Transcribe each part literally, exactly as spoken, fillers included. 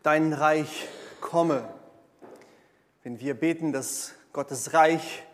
dein Reich komme. Wenn wir beten, dass Gottes Reich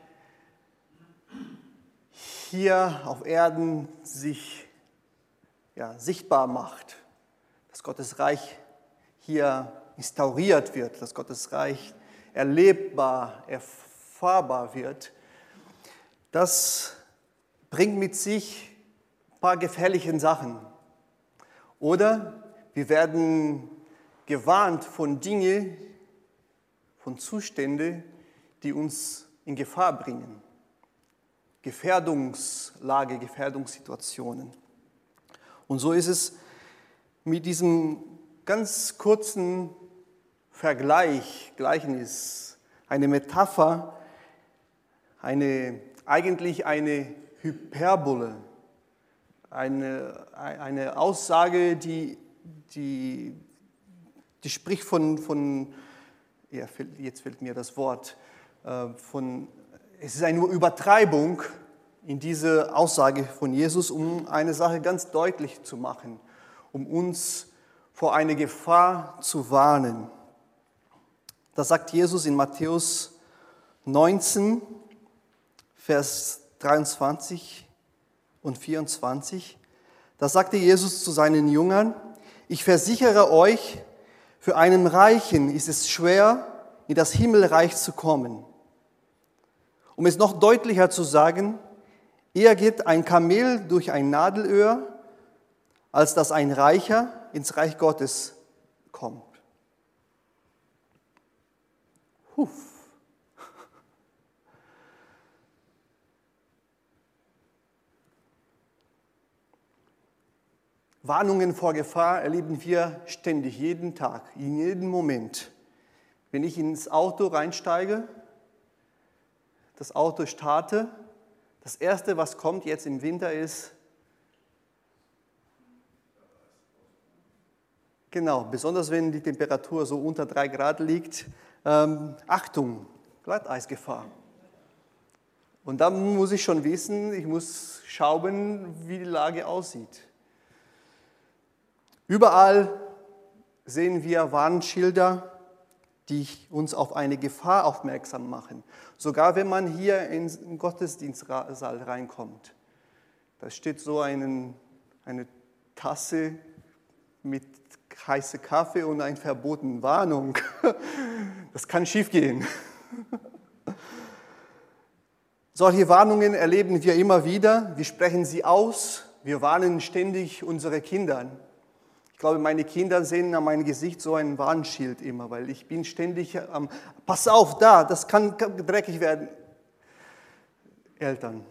hier auf Erden sich ja, sichtbar macht, dass Gottes Reich hier instauriert wird, dass Gottes Reich erlebbar, erfahrbar wird, das bringt mit sich ein paar gefährliche Sachen. Oder wir werden gewarnt von Dingen, von Zuständen, die uns in Gefahr bringen. Gefährdungslage, Gefährdungssituationen. Und so ist es mit diesem ganz kurzen Vergleich, Gleichnis, eine Metapher, eine, eigentlich eine Hyperbole, eine, eine Aussage, die, die, die spricht von, von ja, jetzt fällt mir das Wort, von, es ist eine Übertreibung in diese Aussage von Jesus, um eine Sache ganz deutlich zu machen, um uns vor einer Gefahr zu warnen. Das sagt Jesus in Matthäus neunzehn, Vers dreiundzwanzig und vierundzwanzig. Da sagte Jesus zu seinen Jüngern: Ich versichere euch, für einen Reichen ist es schwer, in das Himmelreich zu kommen. Um es noch deutlicher zu sagen, eher geht ein Kamel durch ein Nadelöhr, als dass ein Reicher ins Reich Gottes kommt. Huff. Warnungen vor Gefahr erleben wir ständig, jeden Tag, in jedem Moment. Wenn ich ins Auto reinsteige, das Auto starte, das Erste, was kommt jetzt im Winter, ist, genau, besonders wenn die Temperatur so unter drei Grad liegt, ähm, Achtung, Glatteisgefahr. Und da muss ich schon wissen, ich muss schauen, wie die Lage aussieht. Überall sehen wir Warnschilder, die uns auf eine Gefahr aufmerksam machen. Sogar wenn man hier in den Gottesdienstsaal reinkommt. Da steht so einen, eine Tasse mit heißem Kaffee und ein Verboten. Warnung, das kann schiefgehen. Solche Warnungen erleben wir immer wieder. Wir sprechen sie aus. Wir warnen ständig unsere Kinder. Ich glaube, meine Kinder sehen an meinem Gesicht so ein Warnschild immer, weil ich bin ständig am, pass auf, da, das kann dreckig werden. Eltern.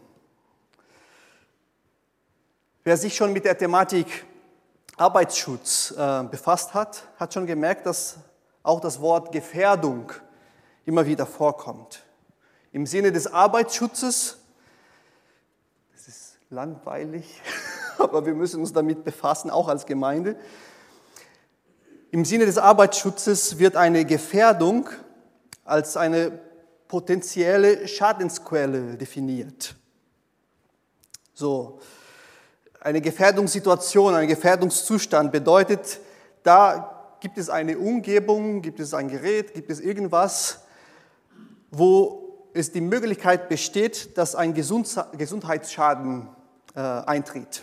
Wer sich schon mit der Thematik Arbeitsschutz äh, befasst hat, hat schon gemerkt, dass auch das Wort Gefährdung immer wieder vorkommt. Im Sinne des Arbeitsschutzes, das ist langweilig, aber wir müssen uns damit befassen, auch als Gemeinde. Im Sinne des Arbeitsschutzes wird eine Gefährdung als eine potenzielle Schadensquelle definiert. So, eine Gefährdungssituation, ein Gefährdungszustand bedeutet, da gibt es eine Umgebung, gibt es ein Gerät, gibt es irgendwas, wo es die Möglichkeit besteht, dass ein Gesundheitsschaden äh, eintritt.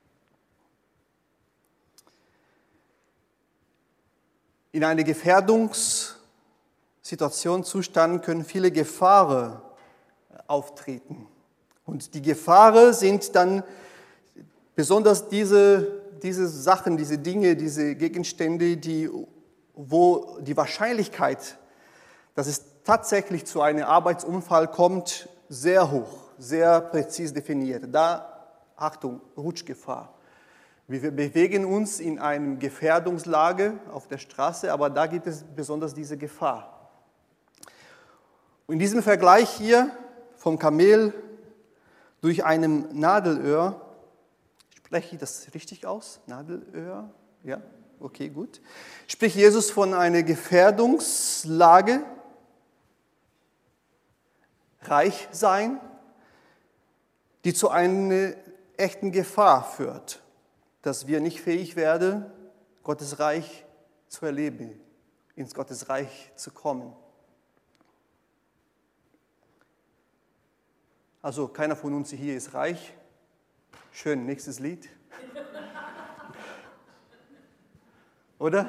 In einer Gefährdungssituation, Zustand können viele Gefahren auftreten. Und die Gefahren sind dann besonders diese, diese Sachen, diese Dinge, diese Gegenstände, die, wo die Wahrscheinlichkeit, dass es tatsächlich zu einem Arbeitsunfall kommt, sehr hoch, sehr präzise definiert. Da, Achtung, Rutschgefahr. Wir bewegen uns in einer Gefährdungslage auf der Straße, aber da gibt es besonders diese Gefahr. Und in diesem Vergleich hier vom Kamel durch einem Nadelöhr, spreche ich das richtig aus? Nadelöhr? Ja, okay, gut. Spricht Jesus von einer Gefährdungslage, reich sein, die zu einer echten Gefahr führt, dass wir nicht fähig werden, Gottes Reich zu erleben, ins Gottesreich zu kommen. Also keiner von uns hier ist reich. Schön, nächstes Lied. Oder?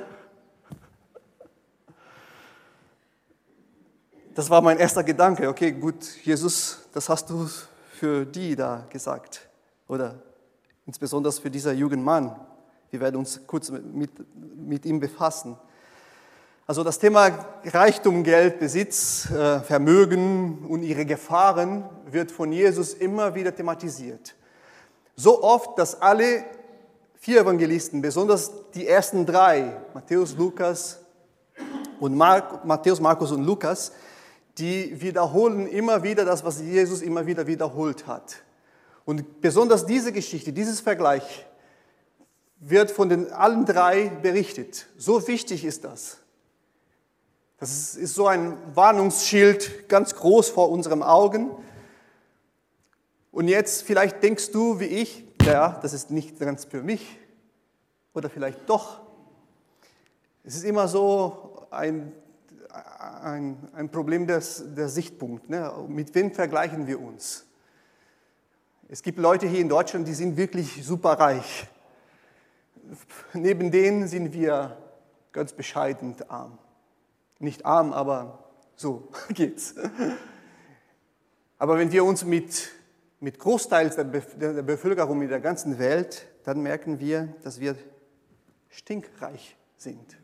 Das war mein erster Gedanke. Okay, gut, Jesus, das hast du für die da gesagt. Oder insbesondere für dieser jungen Mann. Wir werden uns kurz mit, mit ihm befassen. Also das Thema Reichtum, Geld, Besitz, äh, Vermögen und ihre Gefahren wird von Jesus immer wieder thematisiert. So oft, dass alle vier Evangelisten, besonders die ersten drei, Matthäus, Lukas und Mark, Matthäus, Markus und Lukas, die wiederholen immer wieder das, was Jesus immer wieder wiederholt hat. Und besonders diese Geschichte, dieses Vergleich wird von den allen drei berichtet. So wichtig ist das. Das ist so ein Warnungsschild, ganz groß vor unseren Augen. Und jetzt vielleicht denkst du wie ich, ja, das ist nicht ganz für mich. Oder vielleicht doch. Es ist immer so ein, ein, ein Problem des, der Sichtpunkt. Ne? Mit wem vergleichen wir uns? Es gibt Leute hier in Deutschland, die sind wirklich super reich. Neben denen sind wir ganz bescheiden arm. Nicht arm, aber so geht's. Aber wenn wir uns mit, mit Großteils der, Bef- der Bevölkerung in der ganzen Welt, dann merken wir, dass wir stinkreich sind.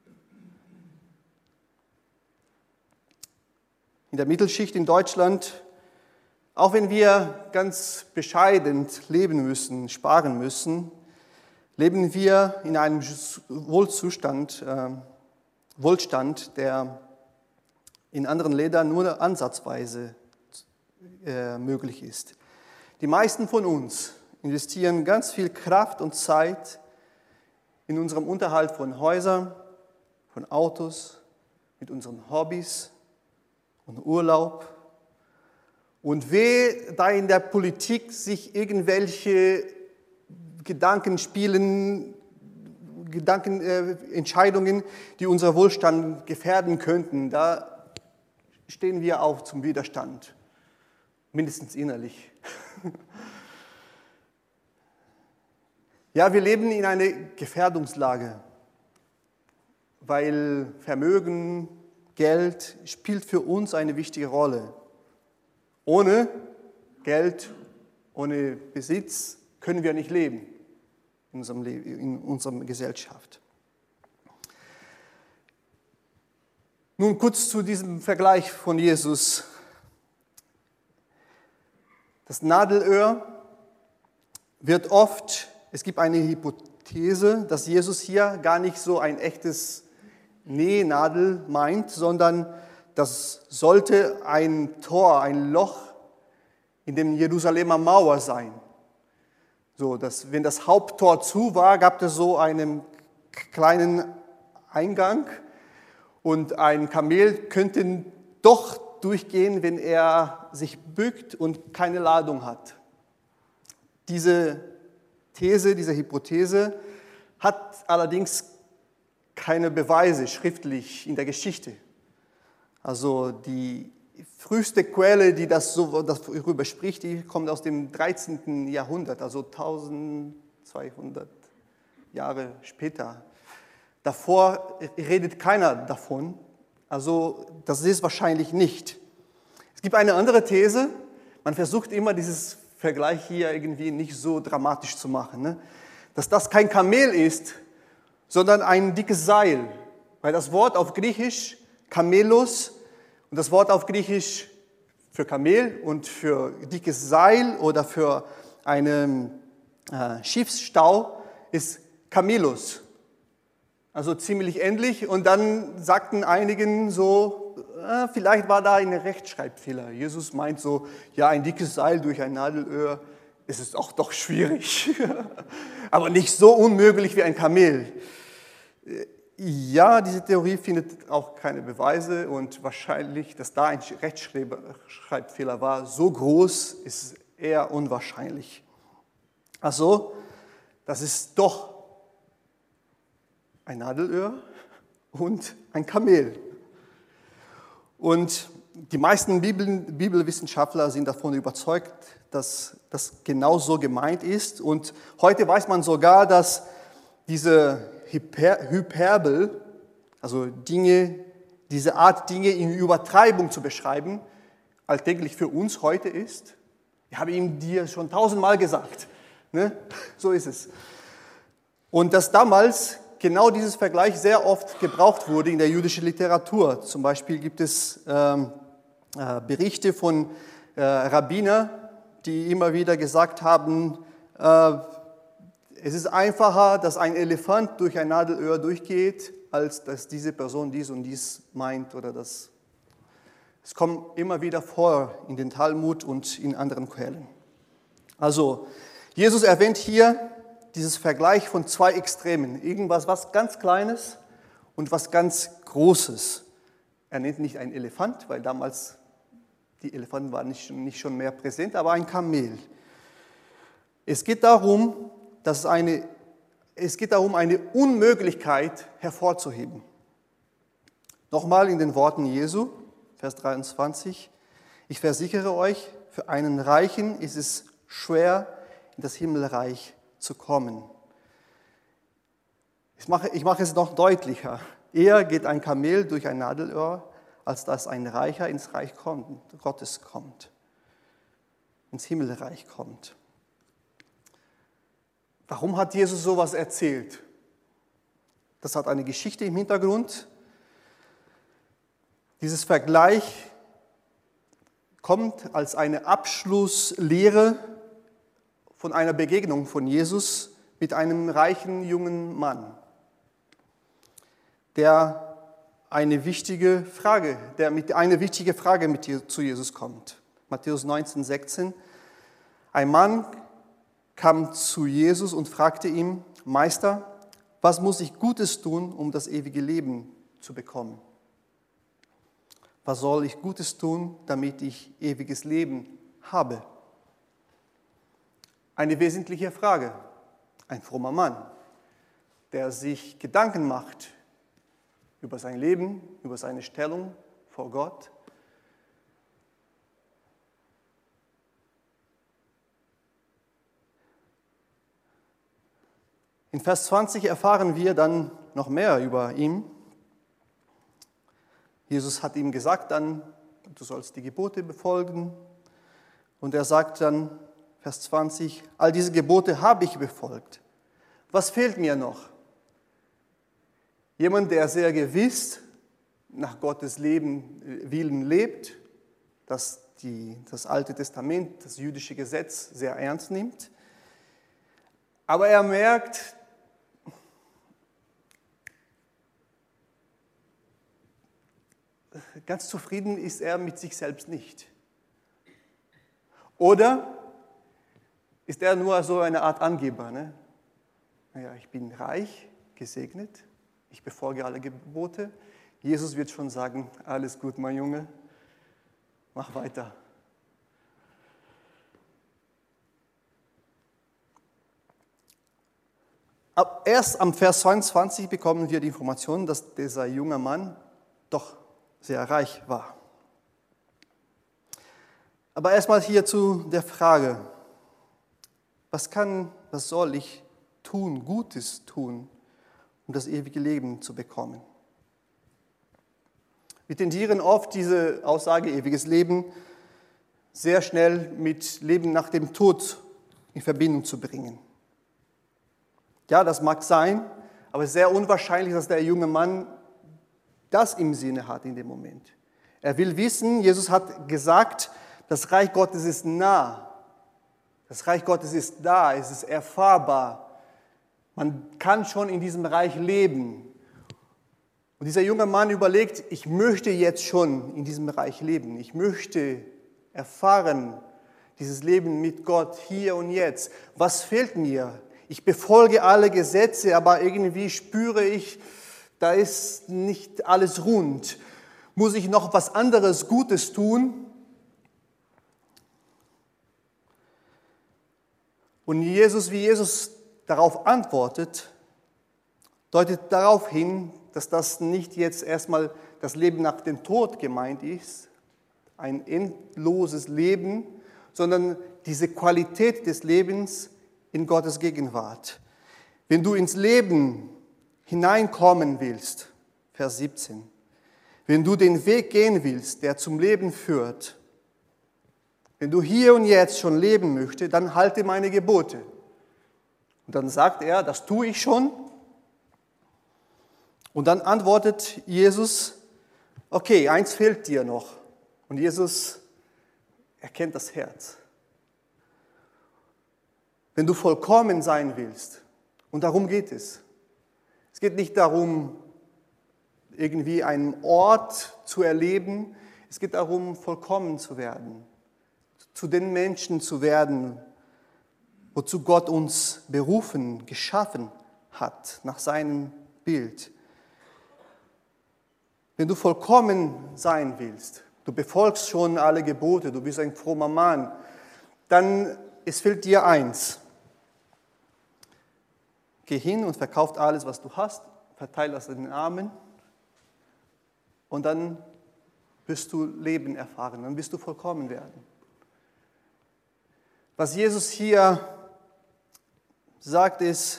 In der Mittelschicht in Deutschland, auch wenn wir ganz bescheiden leben müssen, sparen müssen, leben wir in einem Wohlzustand, äh, Wohlstand, der in anderen Ländern nur ansatzweise äh, möglich ist. Die meisten von uns investieren ganz viel Kraft und Zeit in unserem Unterhalt von Häusern, von Autos, mit unseren Hobbys und Urlaub. Und weh, da in der Politik sich irgendwelche Gedanken spielen, Gedanken, äh, Entscheidungen, die unser Wohlstand gefährden könnten, da stehen wir auf zum Widerstand, mindestens innerlich. Ja, wir leben in einer Gefährdungslage, weil Vermögen, Geld spielt für uns eine wichtige Rolle. Ohne Geld, ohne Besitz können wir nicht leben. In unserem Leben, in unserer Gesellschaft. Nun kurz zu diesem Vergleich von Jesus. Das Nadelöhr wird oft, es gibt eine Hypothese, dass Jesus hier gar nicht so ein echtes Nähnadel meint, sondern das sollte ein Tor, ein Loch in dem Jerusalemer Mauer sein. So, dass, wenn das Haupttor zu war, gab es so einen kleinen Eingang und ein Kamel könnte doch durchgehen, wenn er sich bückt und keine Ladung hat. Diese These, diese Hypothese hat allerdings keine Beweise schriftlich in der Geschichte. Also die früheste Quelle, die das so darüber spricht, die kommt aus dem dreizehnten Jahrhundert, also eintausendzweihundert Jahre später. Davor redet keiner davon, also das ist wahrscheinlich nicht. Es gibt eine andere These, man versucht immer dieses Vergleich hier irgendwie nicht so dramatisch zu machen, ne? Dass das kein Kamel ist, sondern ein dickes Seil, weil das Wort auf Griechisch Kamelos und das Wort auf Griechisch für Kamel und für dickes Seil oder für einen äh, Schiffsstau ist Kamelos. Also ziemlich ähnlich. Und dann sagten einigen so, äh, vielleicht war da ein Rechtschreibfehler. Jesus meint so, ja, ein dickes Seil durch ein Nadelöhr, ist es auch doch schwierig. Aber nicht so unmöglich wie ein Kamel. Ja, diese Theorie findet auch keine Beweise und wahrscheinlich, dass da ein Rechtschreibfehler war, so groß ist eher unwahrscheinlich. Also, das ist doch ein Nadelöhr und ein Kamel. Und die meisten Bibel, Bibelwissenschaftler sind davon überzeugt, dass das genau so gemeint ist. Und heute weiß man sogar, dass diese Hyper, Hyperbel, also Dinge, diese Art Dinge in Übertreibung zu beschreiben, alltäglich für uns heute ist. Ich habe ihm dir schon tausendmal gesagt. Ne? So ist es. Und dass damals genau dieses Vergleich sehr oft gebraucht wurde in der jüdischen Literatur. Zum Beispiel gibt es ähm, äh, Berichte von äh, Rabbinern, die immer wieder gesagt haben, äh, es ist einfacher, dass ein Elefant durch ein Nadelöhr durchgeht, als dass diese Person dies und dies meint oder das. Es kommt immer wieder vor in den Talmud und in anderen Quellen. Also, Jesus erwähnt hier dieses Vergleich von zwei Extremen. Irgendwas, was ganz Kleines und was ganz Großes. Er nennt nicht einen Elefant, weil damals die Elefanten waren nicht, nicht schon mehr präsent, aber ein Kamel. Es geht darum, dass eine, es geht darum, eine Unmöglichkeit hervorzuheben. Nochmal in den Worten Jesu, Vers dreiundzwanzig. Ich versichere euch, für einen Reichen ist es schwer, in das Himmelreich zu kommen. Ich mache, ich mache es noch deutlicher. Eher geht ein Kamel durch ein Nadelöhr, als dass ein Reicher ins Reich Gottes kommt, ins Himmelreich kommt. Warum hat Jesus sowas erzählt? Das hat eine Geschichte im Hintergrund. Dieses Vergleich kommt als eine Abschlusslehre von einer Begegnung von Jesus mit einem reichen jungen Mann, der eine wichtige Frage, der mit eine wichtige Frage mit zu Jesus kommt. Matthäus neunzehn, sechzehn. Ein Mann kam zu Jesus und fragte ihn: Meister, was muss ich Gutes tun, um das ewige Leben zu bekommen? Was soll ich Gutes tun, damit ich ewiges Leben habe? Eine wesentliche Frage. Ein frommer Mann, der sich Gedanken macht über sein Leben, über seine Stellung vor Gott. In Vers zwanzig erfahren wir dann noch mehr über ihn. Jesus hat ihm gesagt dann, du sollst die Gebote befolgen. Und er sagt dann, Vers zwanzig, all diese Gebote habe ich befolgt. Was fehlt mir noch? Jemand, der sehr gewiss nach Gottes Leben, Willen lebt, das die, das Alte Testament, das jüdische Gesetz sehr ernst nimmt. Aber er merkt, ganz zufrieden ist er mit sich selbst nicht. Oder ist er nur so eine Art Angeber? Ne? Naja, ich bin reich, gesegnet, ich befolge alle Gebote. Jesus wird schon sagen, alles gut, mein Junge, mach weiter. Aber erst am Vers zweiundzwanzig bekommen wir die Information, dass dieser junge Mann doch sehr reich war. Aber erstmal hier zu der Frage, was kann, was soll ich tun, Gutes tun, um das ewige Leben zu bekommen? Wir tendieren oft diese Aussage, ewiges Leben, sehr schnell mit Leben nach dem Tod in Verbindung zu bringen. Ja, das mag sein, aber es ist sehr unwahrscheinlich, dass der junge Mann das im Sinne hat in dem Moment. Er will wissen, Jesus hat gesagt, das Reich Gottes ist nah. Das Reich Gottes ist da, es ist erfahrbar. Man kann schon in diesem Reich leben. Und dieser junge Mann überlegt, ich möchte jetzt schon in diesem Reich leben. Ich möchte erfahren, dieses Leben mit Gott hier und jetzt. Was fehlt mir? Ich befolge alle Gesetze, aber irgendwie spüre ich, da ist nicht alles rund. Muss ich noch was anderes Gutes tun? Und Jesus, wie Jesus darauf antwortet, deutet darauf hin, dass das nicht jetzt erstmal das Leben nach dem Tod gemeint ist, ein endloses Leben, sondern diese Qualität des Lebens in Gottes Gegenwart. Wenn du ins Leben hineinkommen willst, Vers siebzehn, wenn du den Weg gehen willst, der zum Leben führt, wenn du hier und jetzt schon leben möchtest, dann halte meine Gebote. Und dann sagt er, das tue ich schon. Und dann antwortet Jesus, okay, eins fehlt dir noch. Und Jesus erkennt das Herz. Wenn du vollkommen sein willst, und darum geht es. Es geht nicht darum, irgendwie einen Ort zu erleben. Es geht darum, vollkommen zu werden, zu den Menschen zu werden, wozu Gott uns berufen, geschaffen hat, nach seinem Bild. Wenn du vollkommen sein willst, du befolgst schon alle Gebote, du bist ein frommer Mann, dann es fehlt dir eins. Geh hin und verkauf alles, was du hast, verteile das den Armen und dann wirst du Leben erfahren, dann wirst du vollkommen werden. Was Jesus hier sagt ist,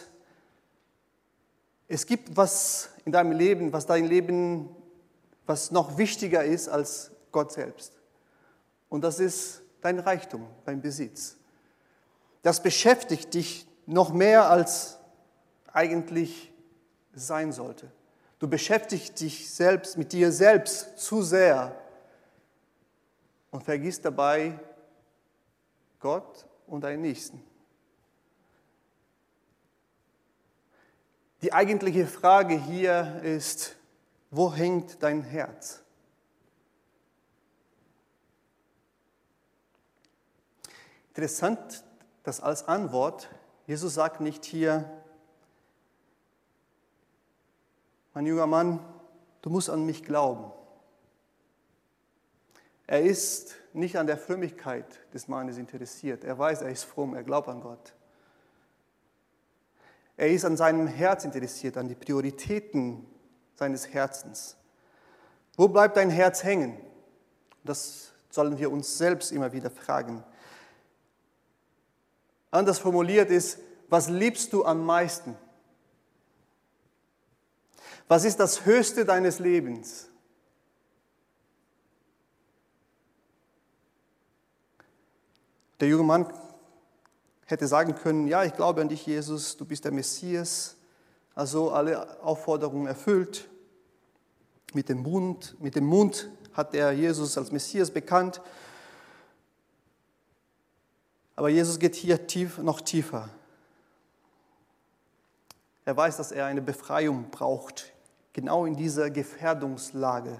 es gibt was in deinem Leben, was dein Leben, was noch wichtiger ist als Gott selbst. Und das ist dein Reichtum, dein Besitz. Das beschäftigt dich noch mehr, als eigentlich sein sollte. Du beschäftigst dich selbst mit dir selbst zu sehr und vergisst dabei Gott und deinen Nächsten. Die eigentliche Frage hier ist, wo hängt dein Herz? Interessant, dass als Antwort Jesus sagt nicht hier, mein junger Mann, du musst an mich glauben. Er ist nicht an der Frömmigkeit des Mannes interessiert. Er weiß, er ist fromm, er glaubt an Gott. Er ist an seinem Herz interessiert, an die Prioritäten seines Herzens. Wo bleibt dein Herz hängen? Das sollen wir uns selbst immer wieder fragen. Anders formuliert ist, was liebst du am meisten? Was ist das Höchste deines Lebens? Der junge Mann hätte sagen können, ja, ich glaube an dich, Jesus, du bist der Messias, also alle Aufforderungen erfüllt. Mit dem Mund, mit dem Mund hat er Jesus als Messias bekannt. Aber Jesus geht hier tief, noch tiefer. Er weiß, dass er eine Befreiung braucht, genau in dieser Gefährdungslage.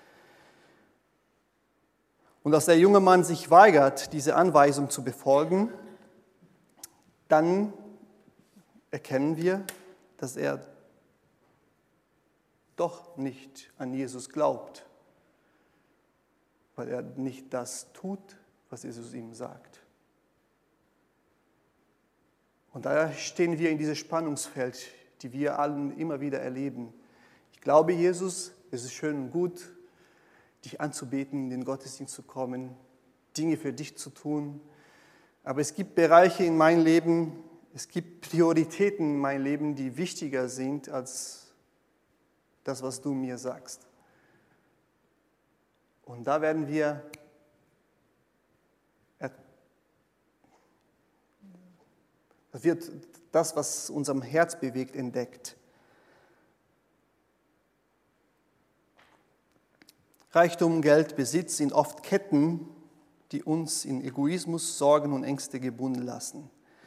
Und dass der junge Mann sich weigert, diese Anweisung zu befolgen, dann erkennen wir, dass er doch nicht an Jesus glaubt, weil er nicht das tut, was Jesus ihm sagt. Und daher stehen wir in diesem Spannungsfeld, die wir allen immer wieder erleben. Ich glaube, Jesus, es ist schön und gut, dich anzubeten, in den Gottesdienst zu kommen, Dinge für dich zu tun. Aber es gibt Bereiche in meinem Leben, es gibt Prioritäten in meinem Leben, die wichtiger sind als das, was du mir sagst. Und da werden wir das wird das, was unserem Herz bewegt, entdeckt. Reichtum, Geld, Besitz sind oft Ketten, die uns in Egoismus, Sorgen und Ängste gebunden lassen.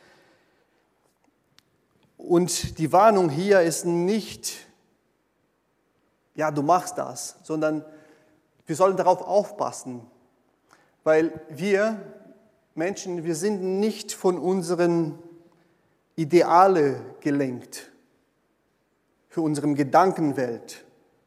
Und die Warnung hier ist nicht, ja, du machst das, sondern wir sollen darauf aufpassen, weil wir Menschen, wir sind nicht von unseren Ideale gelenkt, für unsere Gedankenwelt.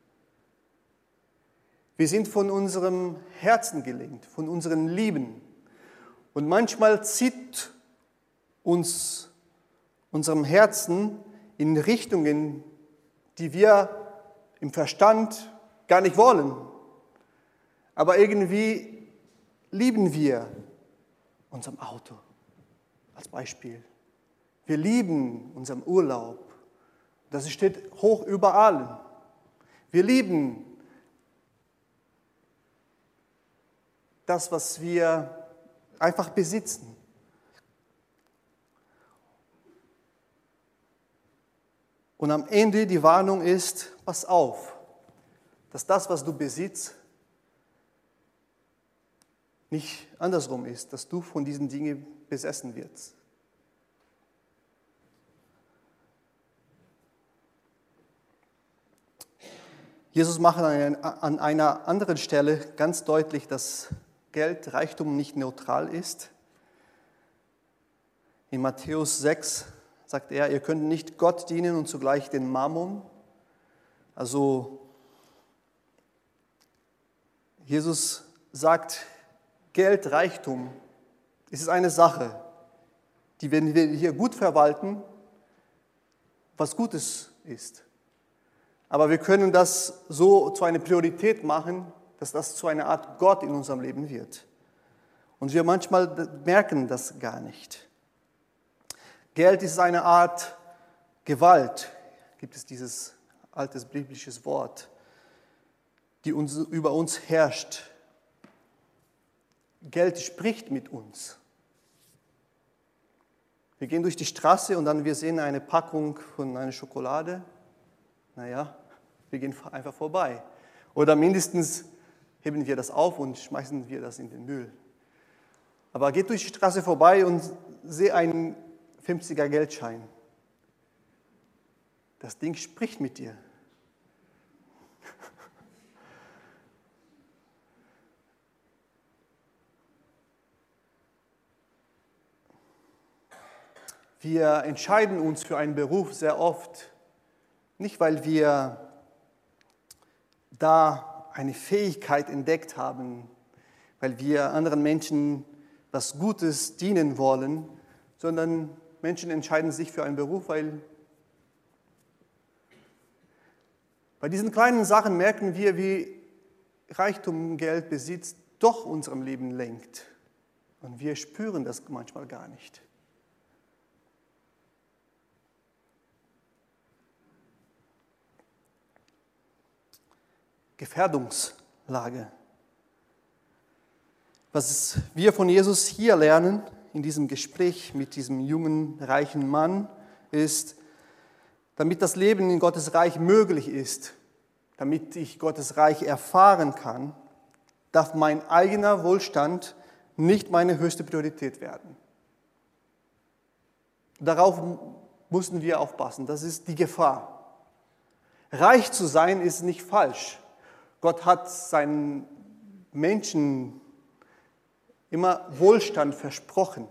Wir sind von unserem Herzen gelenkt, von unseren Lieben. Und manchmal zieht uns unserem Herzen in Richtungen, die wir im Verstand gar nicht wollen. Aber irgendwie lieben wir unser Auto als Beispiel. Wir lieben unseren Urlaub. Das steht hoch über allem. Wir lieben das, was wir einfach besitzen. Und am Ende die Warnung ist, pass auf, dass das, was du besitzt, nicht andersrum ist, dass du von diesen Dingen besessen wirst. Jesus macht an einer anderen Stelle ganz deutlich, dass Geld, Reichtum nicht neutral ist. In Matthäus sechs sagt er, ihr könnt nicht Gott dienen und zugleich den Mammon. Also Jesus sagt, Geld, Reichtum, es ist eine Sache, die, wenn wir hier gut verwalten, was Gutes ist. Aber wir können das so zu einer Priorität machen, dass das zu einer Art Gott in unserem Leben wird. Und wir manchmal merken das gar nicht. Geld ist eine Art Gewalt, gibt es dieses altes biblisches Wort, die uns, über uns herrscht. Geld spricht mit uns. Wir gehen durch die Straße und dann wir sehen eine Packung von einer Schokolade. Naja, wir gehen einfach vorbei. Oder mindestens heben wir das auf und schmeißen wir das in den Müll. Aber geht durch die Straße vorbei und seht einen fünfziger Geldschein. Das Ding spricht mit dir. Wir entscheiden uns für einen Beruf sehr oft, nicht weil wir da eine Fähigkeit entdeckt haben, weil wir anderen Menschen was Gutes dienen wollen, sondern Menschen entscheiden sich für einen Beruf, weil bei diesen kleinen Sachen merken wir, wie Reichtum, Geld, Besitz doch unserem Leben lenkt. Und wir spüren das manchmal gar nicht. Gefährdungslage. Was wir von Jesus hier lernen, in diesem Gespräch mit diesem jungen, reichen Mann, ist, damit das Leben in Gottes Reich möglich ist, damit ich Gottes Reich erfahren kann, darf mein eigener Wohlstand nicht meine höchste Priorität werden. Darauf müssen wir aufpassen, das ist die Gefahr. Reich zu sein ist nicht falsch. Gott hat seinen Menschen immer Wohlstand versprochen.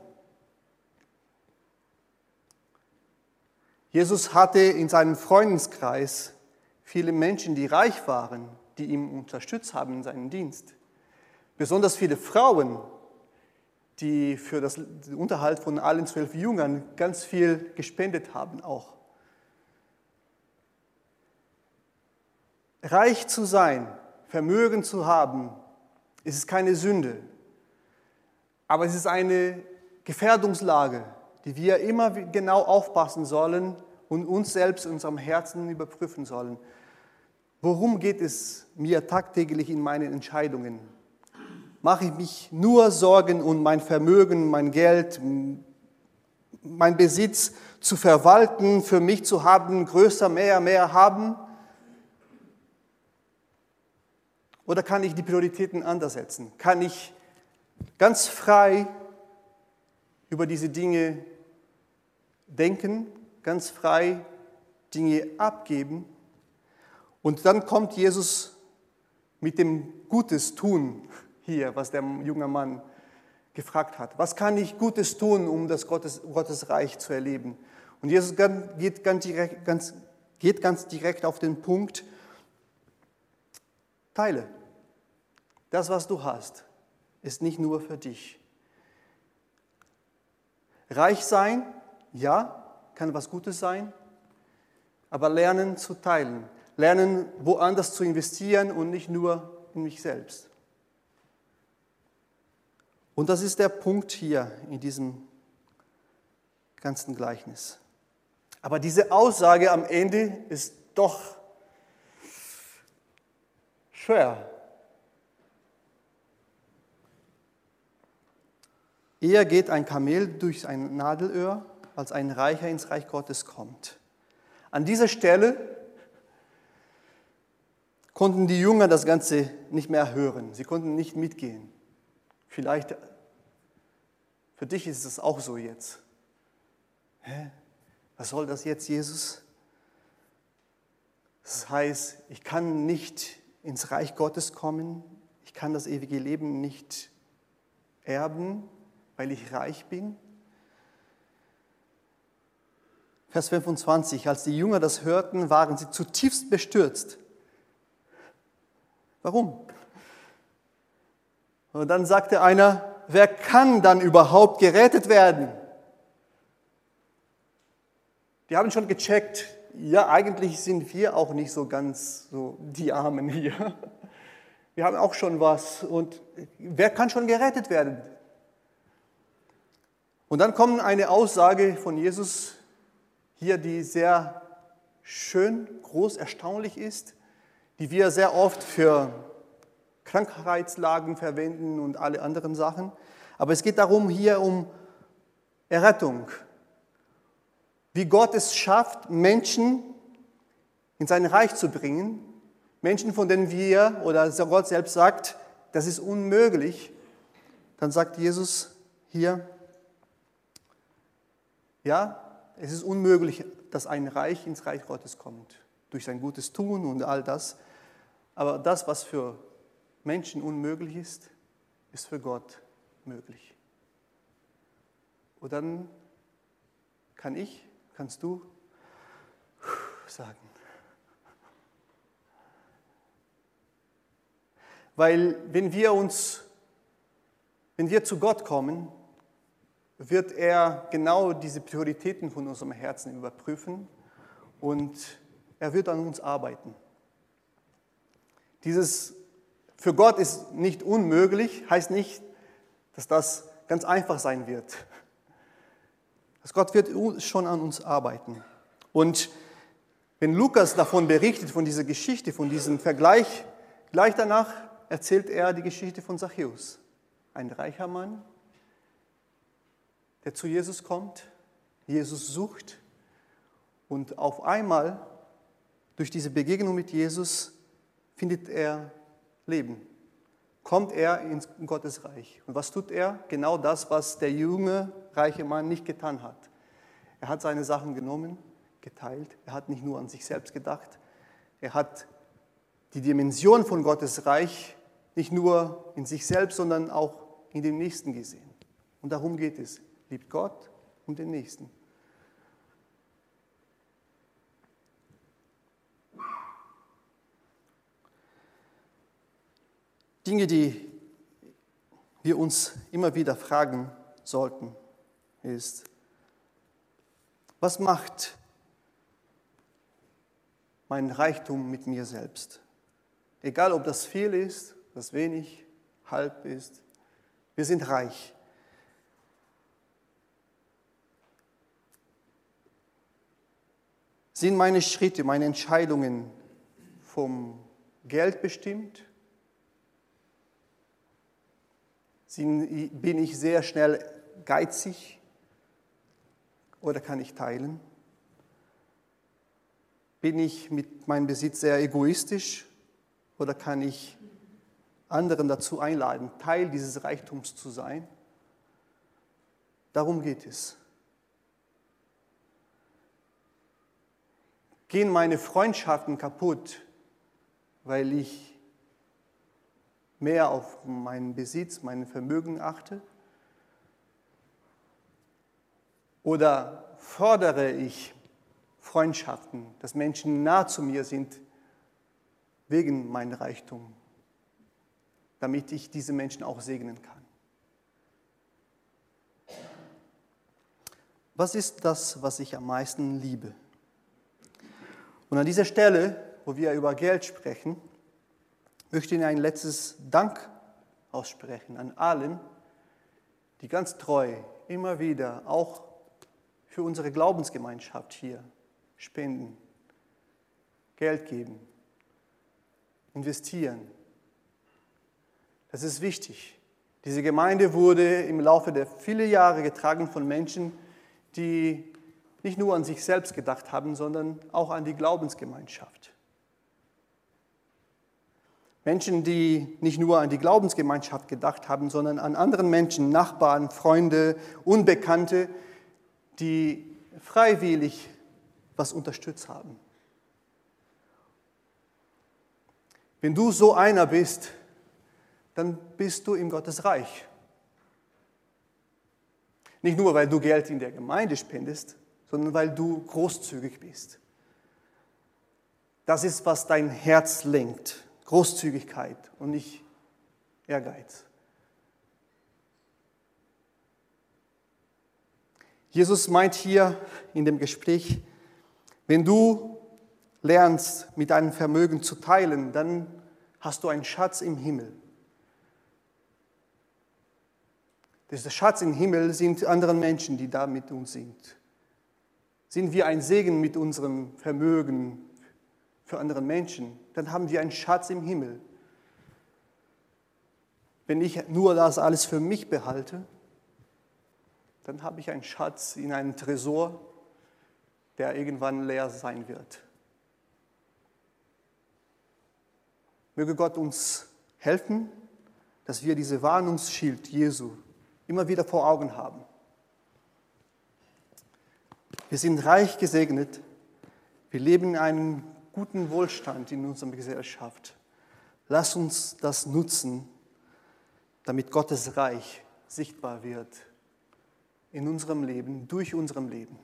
Jesus hatte in seinem Freundeskreis viele Menschen, die reich waren, die ihn unterstützt haben in seinem Dienst. Besonders viele Frauen, die für das, den Unterhalt von allen zwölf Jüngern ganz viel gespendet haben auch. Reich zu sein, Vermögen zu haben, ist keine Sünde. Aber es ist eine Gefährdungslage, die wir immer genau aufpassen sollen und uns selbst in unserem Herzen überprüfen sollen. Worum geht es mir tagtäglich in meinen Entscheidungen? Mache ich mich nur Sorgen um mein Vermögen, mein Geld, mein Besitz zu verwalten, für mich zu haben, größer, mehr, mehr haben? Oder kann ich die Prioritäten anders setzen? Kann ich ganz frei über diese Dinge denken, ganz frei Dinge abgeben? Und dann kommt Jesus mit dem Gutes tun hier, was der junge Mann gefragt hat. Was kann ich Gutes tun, um das Gottes, Gottesreich zu erleben? Und Jesus geht ganz direkt, ganz, geht ganz direkt auf den Punkt, teile. Das, was du hast, ist nicht nur für dich. Reich sein, ja, kann was Gutes sein, aber lernen zu teilen. lernen, woanders zu investieren und nicht nur in mich selbst. Und das ist der Punkt hier in diesem ganzen Gleichnis. Aber diese Aussage am Ende ist doch schwer. Eher geht ein Kamel durch ein Nadelöhr, als ein Reicher ins Reich Gottes kommt. An dieser Stelle konnten die Jünger das Ganze nicht mehr hören. Sie konnten nicht mitgehen. Vielleicht für dich ist es auch so jetzt. Hä? Was soll das jetzt, Jesus? Das heißt, ich kann nicht ins Reich Gottes kommen. Ich kann das ewige Leben nicht erben, weil ich reich bin. Vers fünfundzwanzig, als die Jünger das hörten, waren sie zutiefst bestürzt. Warum? Und dann sagte einer, wer kann dann überhaupt gerettet werden? Die haben schon gecheckt, ja, eigentlich sind wir auch nicht so ganz so die Armen hier. Wir haben auch schon was und wer kann schon gerettet werden? Und dann kommt eine Aussage von Jesus hier, die sehr schön, groß, erstaunlich ist, die wir sehr oft für Krankheitslagen verwenden und alle anderen Sachen. Aber es geht darum, hier um Errettung. Wie Gott es schafft, Menschen in sein Reich zu bringen. Menschen, von denen wir, oder Gott selbst sagt, das ist unmöglich. Dann sagt Jesus hier, ja, es ist unmöglich, dass ein Reich ins Reich Gottes kommt, durch sein gutes Tun und all das. Aber das, was für Menschen unmöglich ist, ist für Gott möglich. Und dann kann ich, kannst du sagen. Weil wenn wir uns, wenn wir zu Gott kommen, wird er genau diese Prioritäten von unserem Herzen überprüfen und er wird an uns arbeiten. Dieses für Gott ist nicht unmöglich, heißt nicht, dass das ganz einfach sein wird. Das Gott wird schon an uns arbeiten. Und wenn Lukas davon berichtet, von dieser Geschichte, von diesem Vergleich, gleich danach erzählt er die Geschichte von Zachäus. Ein reicher Mann, der zu Jesus kommt, Jesus sucht und auf einmal durch diese Begegnung mit Jesus findet er Leben. Kommt er in Gottes Reich. Und was tut er? Genau das, was der junge, reiche Mann nicht getan hat. Er hat seine Sachen genommen, geteilt. Er hat nicht nur an sich selbst gedacht. Er hat die Dimension von Gottes Reich nicht nur in sich selbst, sondern auch in dem Nächsten gesehen. Und darum geht es. Liebt Gott und den Nächsten. Dinge, die wir uns immer wieder fragen sollten, ist, was macht mein Reichtum mit mir selbst? Egal, ob das viel ist, das wenig, halb ist, wir sind reich. Sind meine Schritte, meine Entscheidungen vom Geld bestimmt? Bin ich sehr schnell geizig oder kann ich teilen? Bin ich mit meinem Besitz sehr egoistisch oder kann ich anderen dazu einladen, Teil dieses Reichtums zu sein? Darum geht es. Gehen meine Freundschaften kaputt, weil ich mehr auf meinen Besitz, mein Vermögen achte? Oder fordere ich Freundschaften, dass Menschen nah zu mir sind, wegen meinem Reichtum, damit ich diese Menschen auch segnen kann? Was ist das, was ich am meisten liebe? Und an dieser Stelle wo wir über Geld sprechen, möchte ich ein letztes Dank aussprechen an allen, die ganz treu immer wieder auch für unsere Glaubensgemeinschaft hier spenden, Geld geben, investieren. Das ist wichtig. Diese Gemeinde wurde im Laufe der vielen Jahre getragen von Menschen, die nicht nur an sich selbst gedacht haben, sondern auch an die Glaubensgemeinschaft. Menschen, die nicht nur an die Glaubensgemeinschaft gedacht haben, sondern an anderen Menschen, Nachbarn, Freunde, Unbekannte, die freiwillig was unterstützt haben. Wenn du so einer bist, dann bist du im Gottesreich. Nicht nur, weil du Geld in der Gemeinde spendest, sondern weil du großzügig bist. Das ist, was dein Herz lenkt. Großzügigkeit und nicht Ehrgeiz. Jesus meint hier in dem Gespräch, wenn du lernst, mit deinem Vermögen zu teilen, dann hast du einen Schatz im Himmel. Dieser Schatz im Himmel sind andere Menschen, die da mit uns sind. Sind wir ein Segen mit unserem Vermögen für andere Menschen, dann haben wir einen Schatz im Himmel. Wenn ich nur das alles für mich behalte, dann habe ich einen Schatz in einem Tresor, der irgendwann leer sein wird. Möge Gott uns helfen, dass wir diese Warnungsschild Jesu immer wieder vor Augen haben. Wir sind reich gesegnet, wir leben in einem guten Wohlstand in unserer Gesellschaft. Lass uns das nutzen, damit Gottes Reich sichtbar wird in unserem Leben, durch unserem Leben.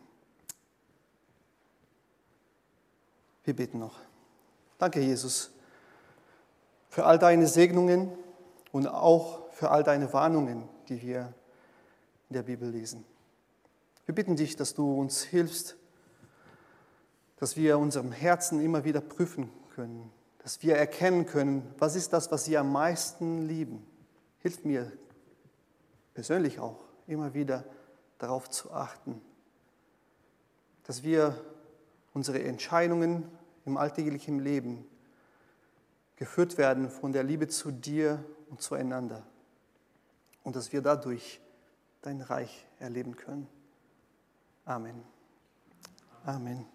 Wir beten noch. Danke, Jesus, für all deine Segnungen und auch für all deine Warnungen, die wir in der Bibel lesen. Wir bitten dich, dass du uns hilfst, dass wir unserem Herzen immer wieder prüfen können, dass wir erkennen können, was ist das, was wir am meisten lieben. Hilf mir persönlich auch, immer wieder darauf zu achten, dass wir unsere Entscheidungen im alltäglichen Leben geführt werden von der Liebe zu dir und zueinander und dass wir dadurch dein Reich erleben können. Amen. Amen.